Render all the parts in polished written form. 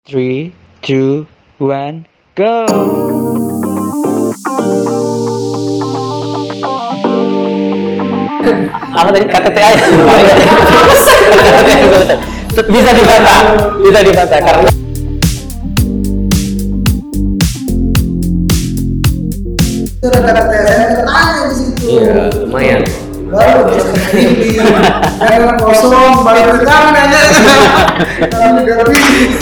Three, two, one, go! Apa tadi KTTA ya? Bisa dibantah karena itu ada TSN tanya di situ. Iya, lumayan. Baru ini jangan kosong baru kita nanya. Kami ngerti.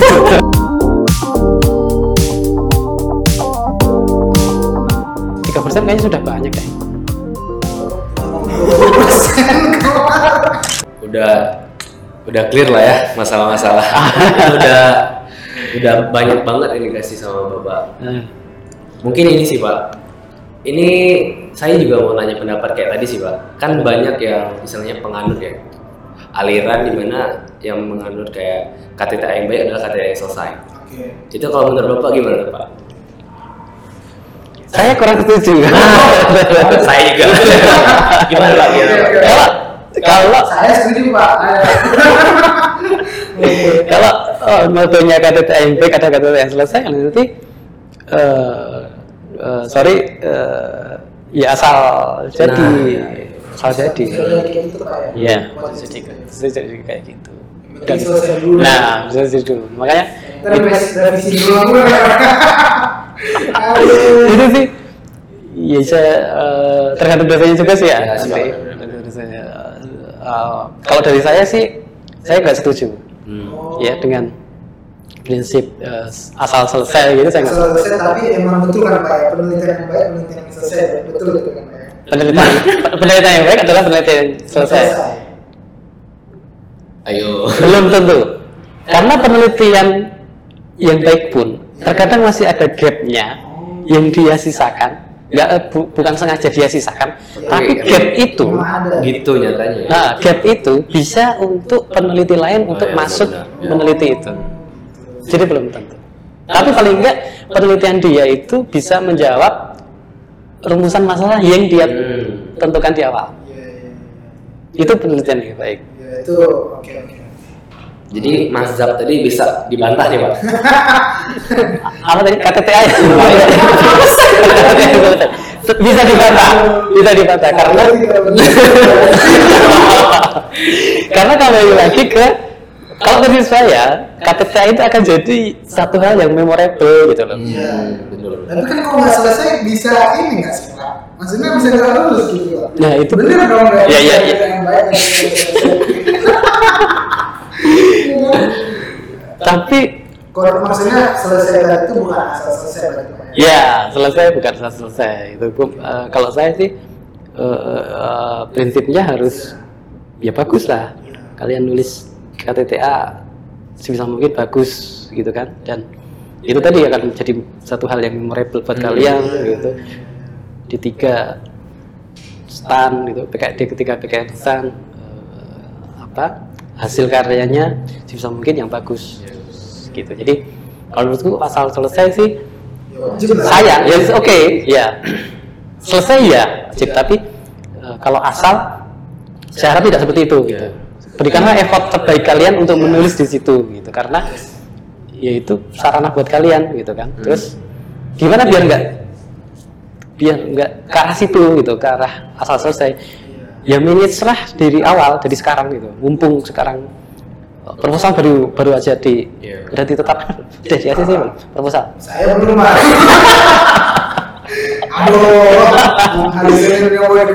3% kayaknya sudah banyak ya. Udah clear lah ya masalah-masalah. udah banyak banget ini kasih sama Bapak. Mungkin ini sih Pak. Ini saya juga mau nanya pendapat kayak tadi sih Pak. Kan banyak yang misalnya penganut ya. Aliran di mana yang menganut kayak KTTA yang baik adalah KTTA yang selesai. Oke. Itu kalau menurut Bapak gimana Pak? Saya kurang setuju. Saya juga. Gimana Pak? Kalau Saya setuju Pak. kalau motonya KTTA yang baik ada KTTA yang selesai nanti ya asal jadi asal jadi ya jadi kayak gitu dan Selesai dulu. nah selesai dulu makanya Revisi dulu. itu sih ya saya tergantung dosanya juga sih ya. Ya, siap. Tergantung dosanya. Kalau dari saya sih saya nggak setuju ya dengan prinsip asal selesai gitu saya nggak setuju. Selesai tapi emang betul kan Pak ya, penelitian yang baik penelitian yang selesai betul itu kan Pak ya. Penelitian yang baik adalah penelitian yang selesai. Ayo. Belum tentu. Karena penelitian yang baik pun terkadang masih ada gapnya yang dia sisakan. Bukan sengaja dia sisakan, tapi gap itu, Gitu nyatanya. nah gap itu bisa untuk peneliti lain untuk ya, masuk benar. Ya. meneliti itu. Jadi belum tentu. Tapi paling enggak penelitian dia itu bisa menjawab rumusan masalah yang dia tentukan di awal. Itu penelitian yang baik. Ya itu oke. Jadi mazhab tadi bisa dibantah nih Pak. Apa tadi KTTA ya? Bisa dibantah karena kembali lagi ke kalau menurut saya KTTA itu akan jadi satu hal yang memorable gitu loh. Iya. Betul. Tapi kan kalau nggak selesai bisa ini nggak sih Pak? Maksudnya bisa nggak lulus gitu Pak? Nah, itu bener dong nggak? Iya. Yang baik yang selesai. Tapi Kalau maksudnya selesai tadi itu bukan asal selesai berarti Pak? ya selesai bukan selesai itu kalau saya sih prinsipnya harus ya bagus lah kalian nulis KTTA sebisa mungkin bagus gitu kan dan itu tadi akan jadi satu hal yang memorable buat kalian gitu di 3 stand gitu ketika PKN stand hasil karyanya sebisa mungkin yang bagus gitu. Jadi kalau menurutku asal selesai sih sayang ya oke, ya selesai ya wajib, tapi kalau asal saya harap tidak seperti itu gitu. Berikanlah effort terbaik kalian untuk menulis di situ gitu karena ya itu sarana buat kalian gitu kan. Terus gimana biar nggak ke arah situ gitu, ke arah asal selesai ya manage lah dari awal, dari sekarang gitu, mumpung sekarang proposal baru aja udah ditetapkan udah di ACC belum proposal? Saya belum Pak. Aduh, harus yang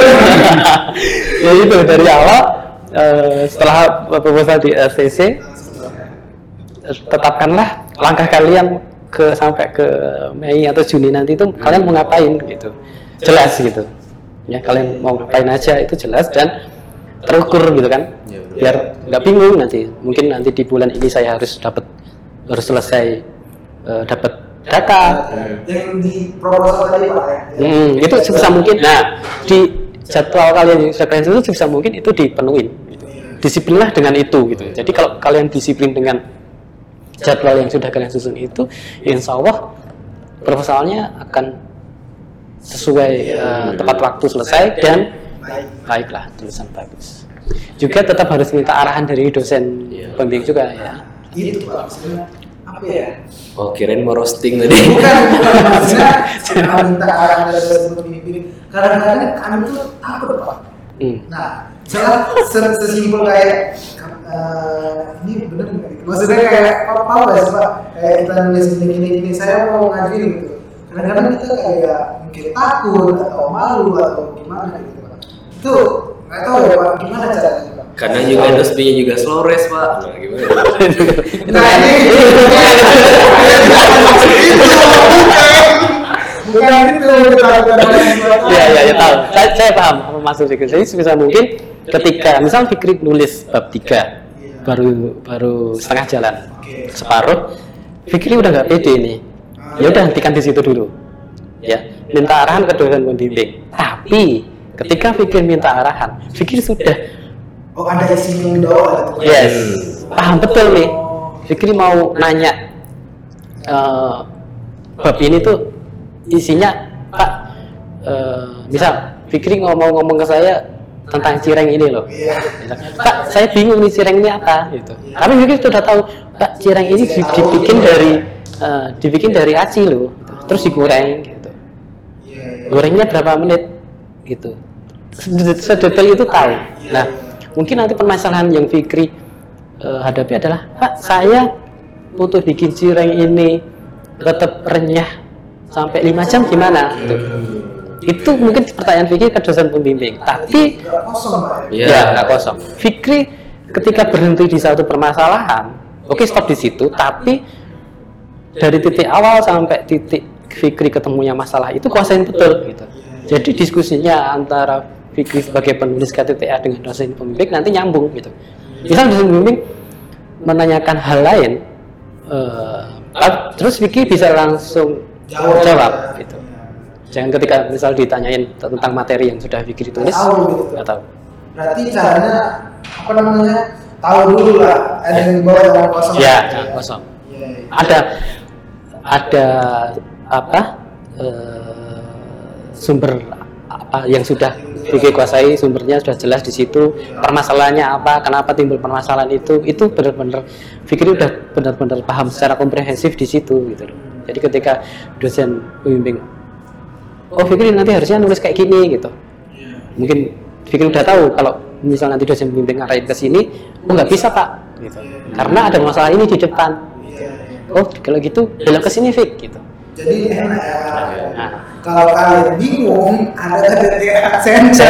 Ya itu dari awal setelah proposal di ACC tetapkanlah langkah kalian sampai ke Mei atau Juni nanti itu kalian mau ngapain gitu, jelas gitu ya, kalian mau ngapain aja itu jelas dan terukur gitu kan, biar nggak bingung nanti. Mungkin nanti di bulan ini saya harus selesai dapat data. yang di proposal tadi Pak ya. Itu sebisa mungkin. Nah di jadwal kalian yang sudah itu sebisa mungkin itu dipenuhin. Gitu. Disiplinlah dengan itu gitu. Jadi kalau kalian disiplin dengan jadwal yang sudah kalian susun itu, insya Allah proposalnya akan sesuai tepat waktu selesai dan baiklah, tulisan bagus. Juga tetap harus minta arahan dari dosen pembimbing juga ya. Itu Pak, maksudnya apa apa ya? Oh, kirain mau roasting tadi. Bukan maksudnya minta arahan dari dosen pembimbing. Kadang-kadang kami tuh takut Pak. Nah, sesimpel kayak ini bener nggak gitu? Maksudnya kayak apa ya sih Pak? Kayak kita nulis gini, saya mau ngajuin gitu. Kadang-kadang kita kayak mungkin takut atau malu atau gimana gitu Pak. Itu nggak tahu ya Pak, gimana caranya Pak? Kadang juga dosbinya juga slow race Pak. Nah, gimana? Nah ini bukan itu Ya tahu. Saya paham apa maksud Fikri. Jadi sebisa mungkin ketika misal Fikri nulis bab 3 baru setengah jalan, separuh, Fikri udah nggak pede nih. Ya udah hentikan di situ dulu. Ya, minta arahan ke dosen pembimbing. Tapi ketika Fikri minta arahan, Fikri sudah ada isi yang doa gitu. yes, paham betul nih. Fikri mau nanya bab ini tuh isinya Pak, misal Fikri ngomong ke saya tentang cireng ini loh. Pak, saya bingung nih cireng ini apa gitu. Tapi Fikri sudah tahu, Pak, cireng ini dibikin dari aci loh, terus digoreng gitu. Gorengnya berapa menit gitu. Sedetail itu tahu. Nah, mungkin nanti permasalahan yang Fikri hadapi adalah, Pak, saya butuh bikin cireng ini tetap renyah sampai 5 jam gimana? Gitu. Itu mungkin pertanyaan Fikri ke dosen pembimbing. Tapi nggak kosong. Fikri ketika berhenti di satu permasalahan, oke, stop di situ. Tapi dari titik awal sampai titik Fikri ketemunya masalah itu kuasain betul. Gitu. Jadi diskusinya antara Fikri sebagai penulis KTTA dengan dosen pembimbing nanti nyambung gitu. Misal dosen pembimbing menanyakan hal lain, terus Fikri bisa langsung jawab gitu. Jangan ketika misal ditanyain tentang materi yang sudah Fikri tulis, nggak tahu. Berarti caranya apa namanya? Tahu dulu lah. Ada yang bawa yang kosong. Ya, kosong. Ada apa? Sumber apa yang sudah Fikri kuasai, sumbernya sudah jelas di situ. Permasalahannya apa? Kenapa timbul permasalahan itu benar-benar Fikri udah benar-benar paham secara komprehensif di situ gitu loh. Jadi ketika dosen pembimbing, oh Fikri nanti harusnya nulis kayak gini gitu. Mungkin Fikri udah tahu kalau misal nanti dosen pembimbing ngarahin ke sini, oh nggak bisa Pak, gitu. Karena ada masalah ini di depan. Oh kalau gitu belok ke sini Fik, gitu. Jadi enak ya. Nah, kalau kalian bingung, ada KTTA Center.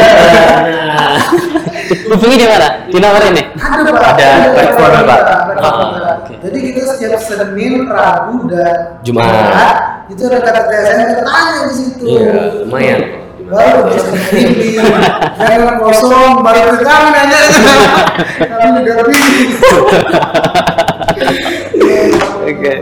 Hubungi di mana? Di nomor ini? Ada Pak. Ada platform Pak. Jadi kita setiap Senin, Rabu, dan Jumat itu ada KTTA Center, tanya di situ. Iya, lumayan. Baru bisa pilih, jangan kosong, baru ke kami nanya. Kami negara pilih. Oke.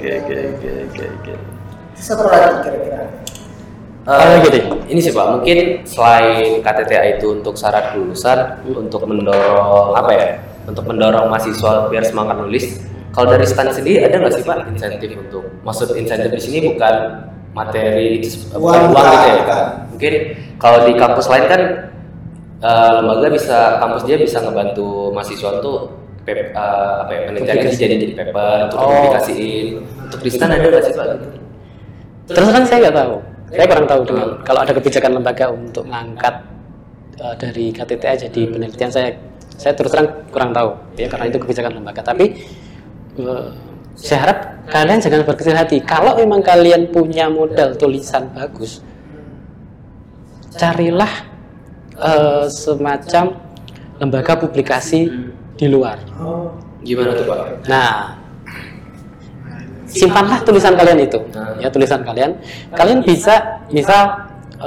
Satu lagi kira-kira. Ini sih Pak, mungkin selain KTTA itu untuk syarat lulusan, untuk mendorong apa ya? Untuk mendorong mahasiswa biar semangat nulis. Kalau dari STAN sendiri ada nggak sih Pak insentif untuk? Maksud insentif di sini bukan materi uang gitu ya. Mungkin kalau di kampus lain kan lembaga kampus dia bisa ngebantu mahasiswa tuh penelitiannya jadi paper untuk publikasiin. Untuk di STAN ada nggak sih Pak? Terus terang saya nggak tahu. Saya kurang tahu dengan kalau ada kebijakan lembaga untuk mengangkat dari KTTA jadi penelitian, saya terus terang kurang tahu ya, karena itu kebijakan lembaga. Tapi saya harap kalian jangan berkecil hati. Kalau memang kalian punya modal tulisan bagus, carilah semacam lembaga publikasi di luar. Gimana tuh Pak? Nah, simpanlah tulisan kalian itu, ya tulisan kalian. Kalian bisa, misal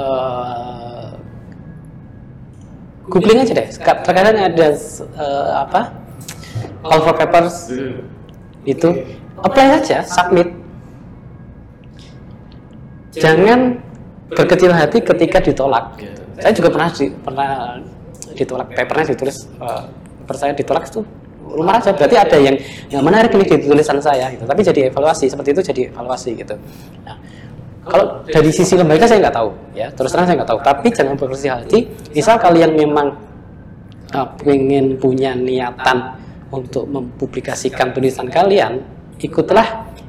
googling aja deh. Terkadang ada call for papers itu, apply aja, submit. Jangan berkecil hati ketika ditolak. Saya juga pernah ditolak, papernya ditulis, paper saya ditolak itu. Rumah aja, berarti ada yang menarik nih di tulisan saya gitu. Tapi jadi evaluasi, seperti itu jadi evaluasi gitu. Nah, kalau dari sisi lembaga saya nggak tahu ya, terus terang saya nggak tahu. Tapi jangan berkecil hati, misal kalian memang ingin punya niatan untuk mempublikasikan tulisan kalian, ikutlah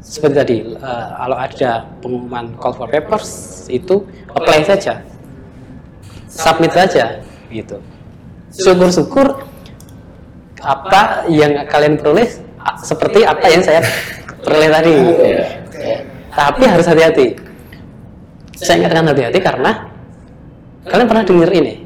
seperti tadi, kalau ada pengumuman call for papers itu apply saja, submit saja, gitu. Syukur-syukur apa yang kalian peroleh seperti apa yang saya peroleh tadi. Tapi harus hati-hati. Saya ingatkan hati-hati karena kalian pernah dengar ini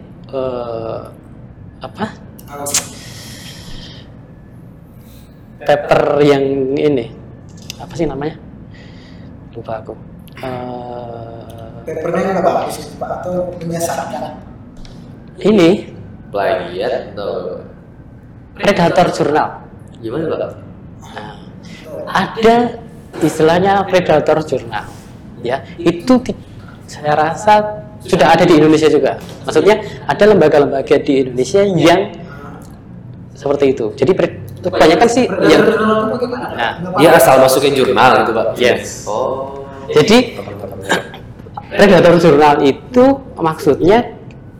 paper yang ini apa sih namanya? Lupa aku. Papernya nggak bagus Pak atau menyesatkan? Ini Plagiat atau Predator Journal. gimana Pak? Nah, ada istilahnya Predator Journal, ya. Itu saya rasa sudah ada di Indonesia juga. Maksudnya ada lembaga-lembaga di Indonesia yang seperti itu. Jadi kebanyakan sih yang Dia asal masukin jurnal gitu Pak? Yes. Oh. Jadi Predator Journal itu maksudnya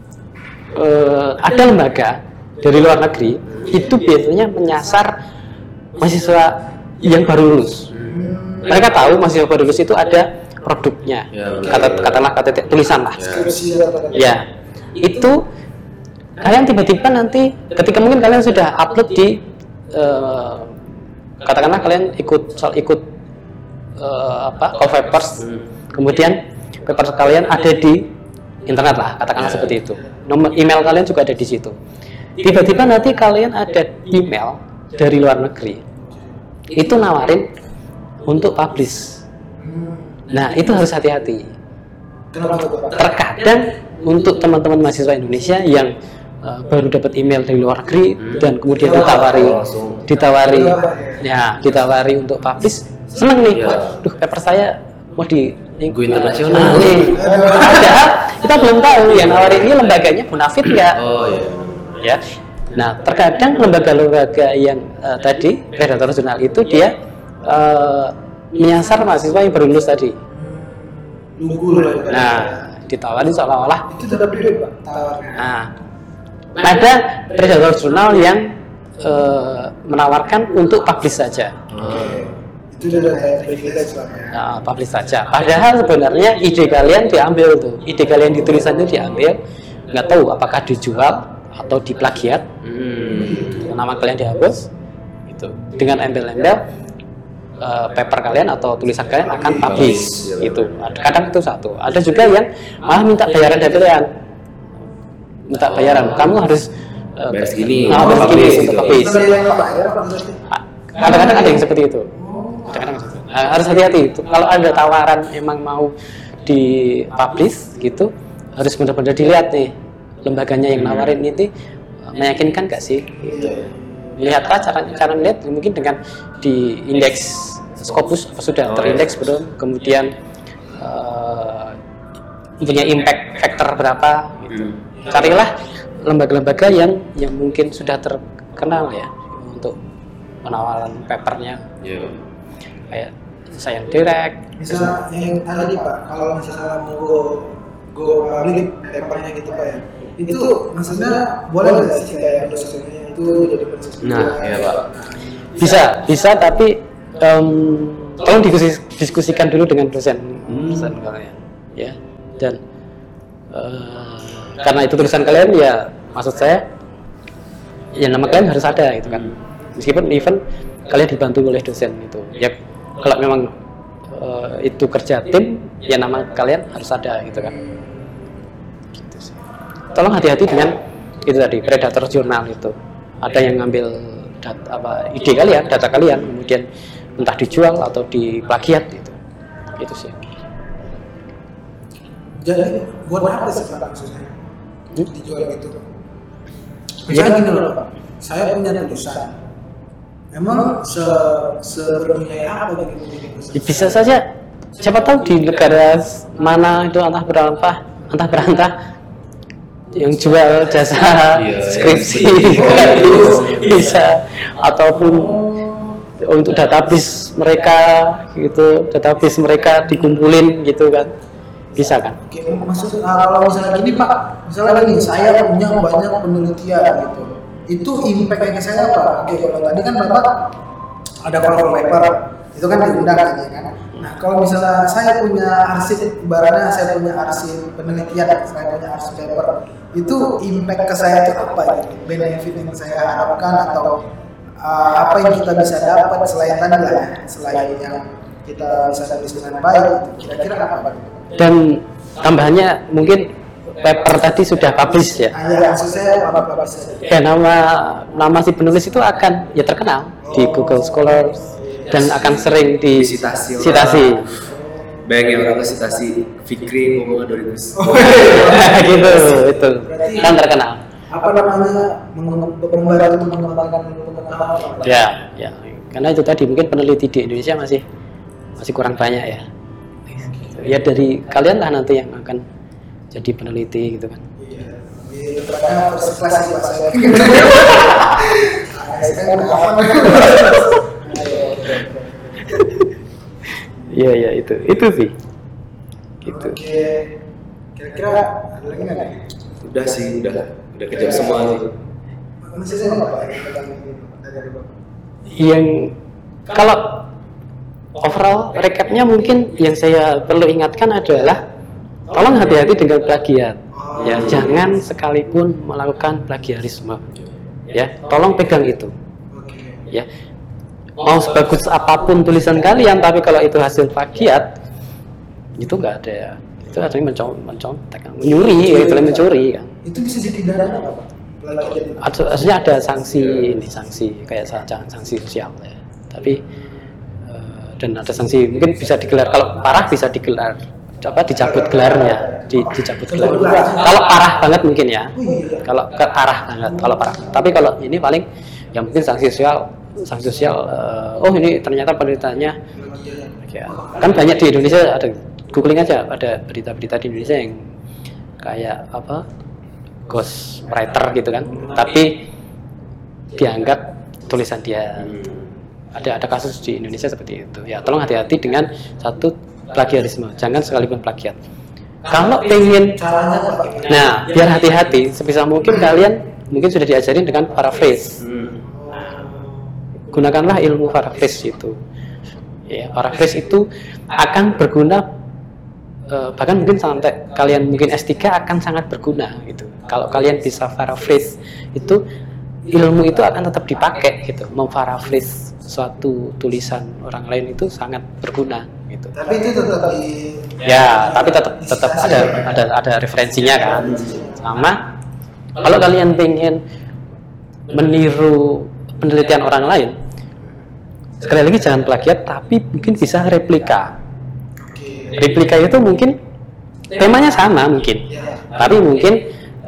ada lembaga dari luar negeri itu biasanya menyasar mahasiswa yang baru lulus. Mereka tahu mahasiswa baru lulus itu ada produknya, katakanlah KTT tulisan lah. Ya, itu kalian tiba-tiba nanti ketika mungkin kalian sudah upload di katakanlah kalian ikut call papers, kemudian papers kalian ada di internet lah, katakanlah seperti itu. Nomor email kalian juga ada di situ. Tiba-tiba nanti kalian ada email dari luar negeri, itu nawarin untuk publish. Nah, itu harus hati-hati. Terkadang untuk teman-teman mahasiswa Indonesia yang baru dapat email dari luar negeri dan kemudian ditawari untuk publish, seneng nih. Duh, paper saya mau di Go internasional. Padahal kita belum tahu yang nawarin ini lembaganya bonafit nggak. Oh iya. Ya. Nah, terkadang lembaga-lembaga yang tadi Predator Journal itu dia menyasar mahasiswa yang baru lulus tadi. Nah, ditawari seolah-olah itu tidak beda Pak tawarnya. Nah, ada Predator Journal yang menawarkan untuk publish saja. Itu sudah kayak privilege lah ya. Nah, publish saja. Padahal sebenarnya ide kalian diambil tuh, ide kalian di tulisannya diambil, nggak tahu apakah dijual atau diplagiat. Nama kalian dihapus, itu dengan embel-embel paper kalian atau tulisan kalian akan publish. Itu kadang itu satu. Ada juga yang malah minta bayaran dari kalian, minta bayaran. Kamu harus Bayar segini, bayar segini untuk publish. Itu yang nggak bayar apa berarti? Kadang-kadang ada yang seperti itu. Harus hati-hati itu. Kalau ada tawaran emang mau di-publish gitu, harus benar-benar dilihat nih lembaganya yang nawarin ini meyakinkan nggak sih? Gitu. Lihatlah cara melihat mungkin dengan di indeks Scopus sudah terindeks belum, kemudian punya impact factor berapa gitu. Carilah lembaga-lembaga yang mungkin sudah terkenal ya untuk penawaran papernya. Kayak Science Direct. Misal yang tadi Pak, kalau misalnya mau go public papernya gitu Pak ya, itu maksudnya boleh nggak sih kayak dosennya itu jadi proses? Nah, iya Pak. Bisa tapi tolong diskusikan dulu dengan dosen kalian, ya. Dan karena itu tulisan kalian ya, maksud saya ya nama kalian harus ada gitu kan. Meskipun even kalian dibantu oleh dosen itu, ya kalau memang itu kerja tim, ya nama kalian harus ada gitu kan. Gitu sih. Tolong hati-hati dengan itu tadi Predator Journal itu. Ada yang ngambil ide kalian, data kalian, kemudian entah dijual atau diplagiat gitu. Itu sih. Jadi buat apa sih Pak maksudnya dijual gitu? Misalnya gini loh Pak, saya punya tulisan, emang seberdunia apa gitu? Bisa saja, siapa tahu di negara mana itu entah berantah yang jual jasa skripsi bisa, ataupun untuk database mereka dikumpulin gitu kan, bisa kan? Oke, maksud kalau misalnya gini Pak, misalnya gini, saya punya banyak penelitian gitu, itu impactnya ke saya Pak. Oke, kalau tadi kan Bapak ada call for paper, itu kan diundang ya kan. Nah kalau misalnya saya punya arsip, ibaratnya saya punya arsip penelitian, saya punya arsip paper, itu impact ke saya itu apa gitu, benefit yang saya harapkan atau apa yang kita bisa dapat selain tadi lah ya, selain yang kita bisa tulis dengan baik, kira-kira apa gitu. Dan tambahannya mungkin paper tadi sudah publish ya. Ya maksud saya apa bisa. Ya nama si penulis itu akan ya terkenal di Google Scholars dan akan sering Disitasi disitasi. Bayangin orang sitasi Fikri ngomong 2000. Gitu, itu kan terkenal. Apa namanya membantu mengembangkan pengetahuan. Ya, karena itu tadi mungkin peneliti di Indonesia masih kurang banyak ya. Ya dari kalian lah nanti yang akan jadi peneliti gitu kan. Iya, ternyata first class sih Pak saya. Iya itu sih. Gitu. Oke, kira-kira ada lagi nggak? Udah sih, udah kejam semua sih. Masih saya apa ya dari Bapak? Yang kalau overall recapnya mungkin yang saya perlu ingatkan adalah tolong hati-hati dengan plagiat. Ya, jangan sekalipun melakukan plagiarisme. Ya, tolong pegang itu. Ya, mau sebagus apapun tulisan kalian, tapi kalau itu hasil plagiat, itu nggak ada. Itu artinya mencontek, mencuri, ya, itu mencuri kan. Itu bisa dipidana nggak Pak? Plagiat. Artinya ada sanksi kayak sanksi sosial ya. Tapi dan ada sanksi mungkin bisa digelar, kalau parah bisa digelar dicabut gelarnya, dicabut gelar. Kalau parah banget mungkin ya. Kalau parah banget, kalau parah. Tapi kalau ini paling yang mungkin sanksi sosial. Oh ini ternyata penelitiannya ya, kan banyak di Indonesia, ada googling aja, ada berita-berita di Indonesia yang kayak apa ghost writer gitu kan, tapi dianggap tulisan dia. Ada kasus di Indonesia seperti itu ya. Tolong hati-hati dengan satu plagiarisme, jangan sekalipun plagiat. Kalau pengen, nah biar hati-hati, sebisa mungkin kalian mungkin sudah diajarin dengan paraphrase. Gunakanlah ilmu paraphrase itu. Ya, paraphrase itu akan berguna, bahkan mungkin sampai kalian mungkin S3 akan sangat berguna gitu. Kalau kalian bisa paraphrase itu, ilmu itu akan tetap dipakai gitu. Memparaphrase suatu tulisan orang lain itu sangat berguna gitu. Tapi itu tetap tapi tetap ada referensinya kan. Sama kalau kalian pengen meniru penelitian orang lain, sekali lagi jangan plagiat, tapi mungkin bisa replika. Replika itu mungkin temanya sama mungkin, tapi mungkin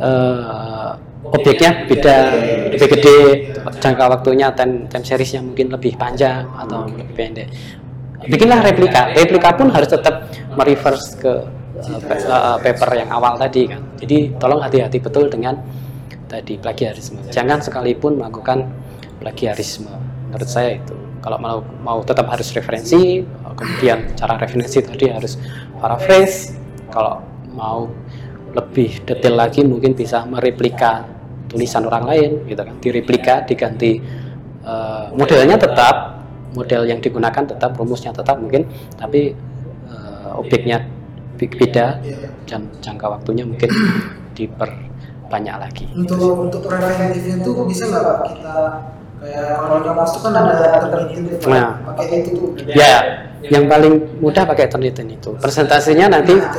objeknya beda, lebih gede, jangka waktunya time seriesnya mungkin lebih panjang atau lebih pendek. Bikinlah replika pun harus tetap mereverse ke paper yang awal tadi kan. Jadi tolong hati-hati betul dengan tadi plagiarisme. Jangan sekalipun melakukan plagiarisme. Menurut saya itu, kalau mau tetap harus referensi, kemudian cara referensi tadi harus paraphrase. Kalau mau lebih detail lagi mungkin bisa mereplika tulisan orang lain gitu kan, direplika, diganti modelnya tetap, model yang digunakan tetap, rumusnya tetap mungkin, tapi objeknya beda dan jangka waktunya mungkin diperbanyak lagi. Untuk preventifnya itu bisa nggak Pak kita kayak kalau di kampus itu kan ada terlitin pakai itu tuh. Ya, yang paling mudah pakai terlitin itu. Presentasinya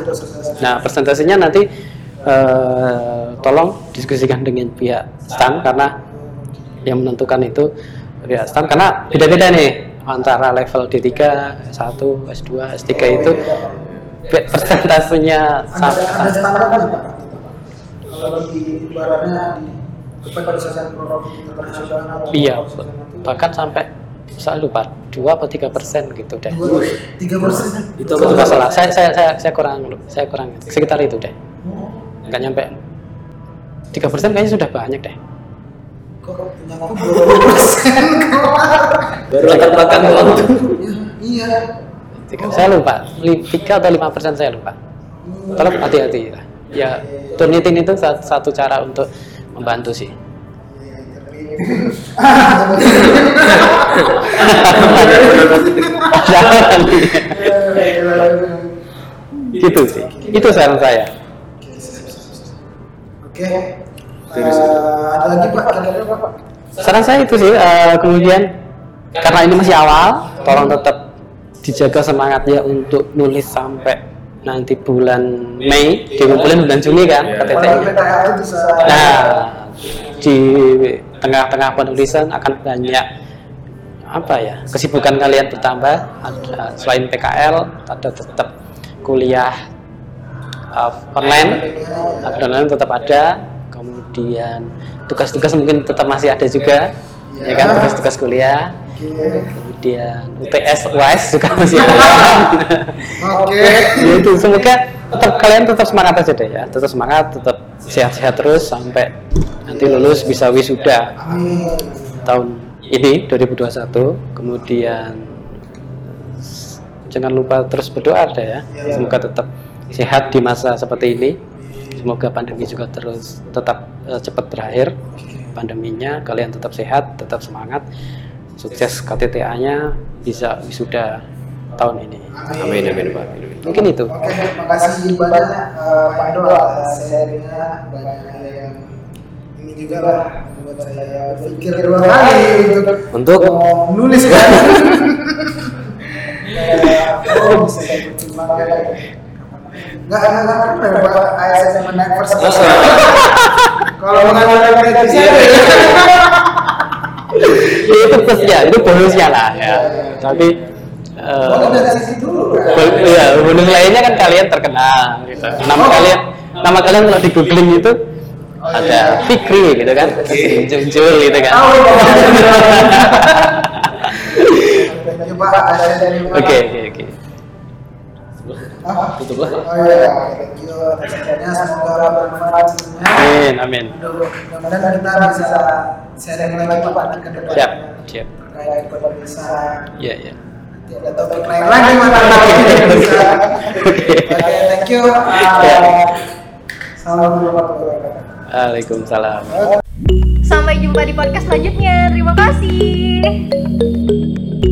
nanti tolong diskusikan dengan pihak STAN, karena yang menentukan itu pihak STAN, karena beda-beda nih antara level D3, S1, S2, S3 itu persentasenya ada standarnya Pak. Kalau di ibaratnya di kepedulian program internasional. Iya, bahkan sampai saya lupa 2 atau 3% gitu deh. 3%? Itu nggak salah. Saya kurang sekitar itu deh. Nggak nyampe 3%, kayaknya sudah banyak deh. Kok nyampe 20%? Baru latar belakang doang tuh. Iya. Saya lupa, 3 atau 5% saya lupa. Tolong hati-hati lah. Ya, turnitin itu satu cara untuk membantu sih. Gitu sih. Itu saran saya. Oke. Ada lagi Pak? Kira-kira Pak? Saran saya itu sih, kemudian karena ini masih awal, tolong tetap dijaga semangatnya untuk nulis sampai nanti bulan Mei, dikumpulin bulan Juni kan KTT-nya. PKL bisa. Nah, di tengah-tengah penulisan akan banyak apa ya, kesibukan kalian bertambah. Ada, selain PKL ada tetap kuliah online, online tetap ada, kemudian tugas-tugas mungkin tetap masih ada juga, ya kan, tugas-tugas kuliah, kemudian UTS, UAS juga masih ada. Oke. Ya itu, semoga kalian tetap semangat aja deh ya, tetap semangat, tetap sehat-sehat terus sampai nanti lulus bisa wisuda Amin. tahun ini 2021. Kemudian jangan lupa terus berdoa deh ya, semoga tetap sehat di masa seperti ini, semoga pandemi juga terus tetap cepat berakhir pandeminya, kalian tetap sehat, tetap semangat, sukses KTTA-nya, bisa wisuda tahun ini. Amin amin Pak. Mungkin itu. Oke, makasih banyak Pak Indo atas sharingnya, banyak yang ini juga lah membuat saya berpikir dua kali Untuk nulis kan. Oh, bisa dipertimbangkan. Enggak Pak ASN menaik first. Kalau mengatakan kritisi Itu plusnya, itu bonusnya lah ya. Tapi dari sisi dulu. ya, bonus lainnya kan kalian terkenal gitu. Nama kalian kalau di googling itu ada Fikri gitu kan, Junjul gitu kan. Coba ASN Oke. tutup lah. Oh iya, thank you atas sharingnya, semoga bermanfaat semuanya. Amin. Mudah-mudahan kita bisa sharing lagi Pak ke depan. Siap. Terkait pemeriksaan. Iya. Nanti ada topik lain lagi mana lagi bisa. Oke, thank you. Assalamualaikum warahmatullahi wabarakatuh. Waalaikumsalam. Sampai jumpa di podcast selanjutnya. Terima kasih.